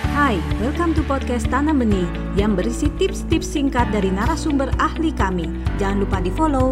Hai, welcome to podcast Tanam Benih yang berisi tips-tips singkat dari narasumber ahli kami. Jangan lupa di-follow.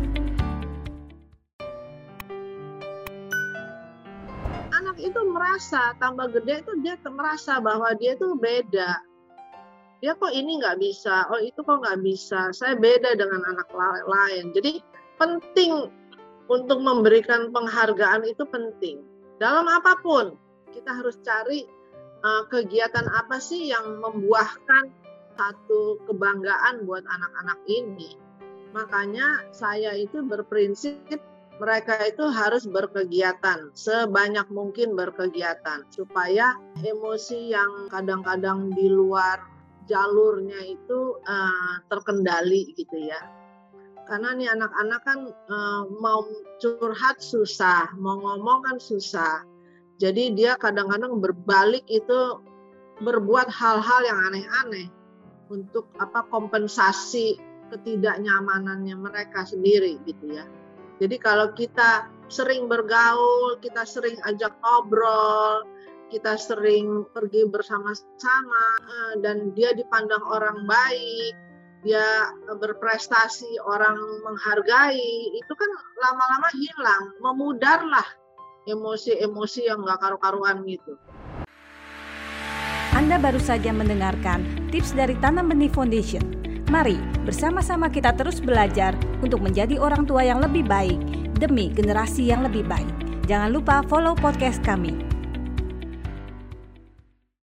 Anak itu merasa, tambah gede itu dia merasa bahwa dia tuh beda. Dia kok ini nggak bisa, oh itu kok nggak bisa, saya beda dengan anak lain. Jadi penting untuk memberikan penghargaan itu penting. Dalam apapun, kita harus cari kegiatan apa sih yang membuahkan satu kebanggaan buat anak-anak ini. Makanya saya itu berprinsip mereka itu harus berkegiatan, sebanyak mungkin berkegiatan, supaya emosi yang kadang-kadang di luar jalurnya itu terkendali gitu ya. Karena nih anak-anak kan mau curhat susah, mau ngomong kan susah. Jadi dia kadang-kadang berbalik itu berbuat hal-hal yang aneh-aneh untuk kompensasi ketidaknyamanannya mereka sendiri gitu ya. Jadi kalau kita sering bergaul, kita sering ajak ngobrol, kita sering pergi bersama-sama dan dia dipandang orang baik, dia berprestasi, orang menghargai, itu kan lama-lama hilang, memudarlah emosi-emosi yang gak karu-karuan gitu. Anda baru saja mendengarkan tips dari Tanam Benih Foundation. Mari bersama-sama kita terus belajar untuk menjadi orang tua yang lebih baik demi generasi yang lebih baik. Jangan lupa follow podcast kami.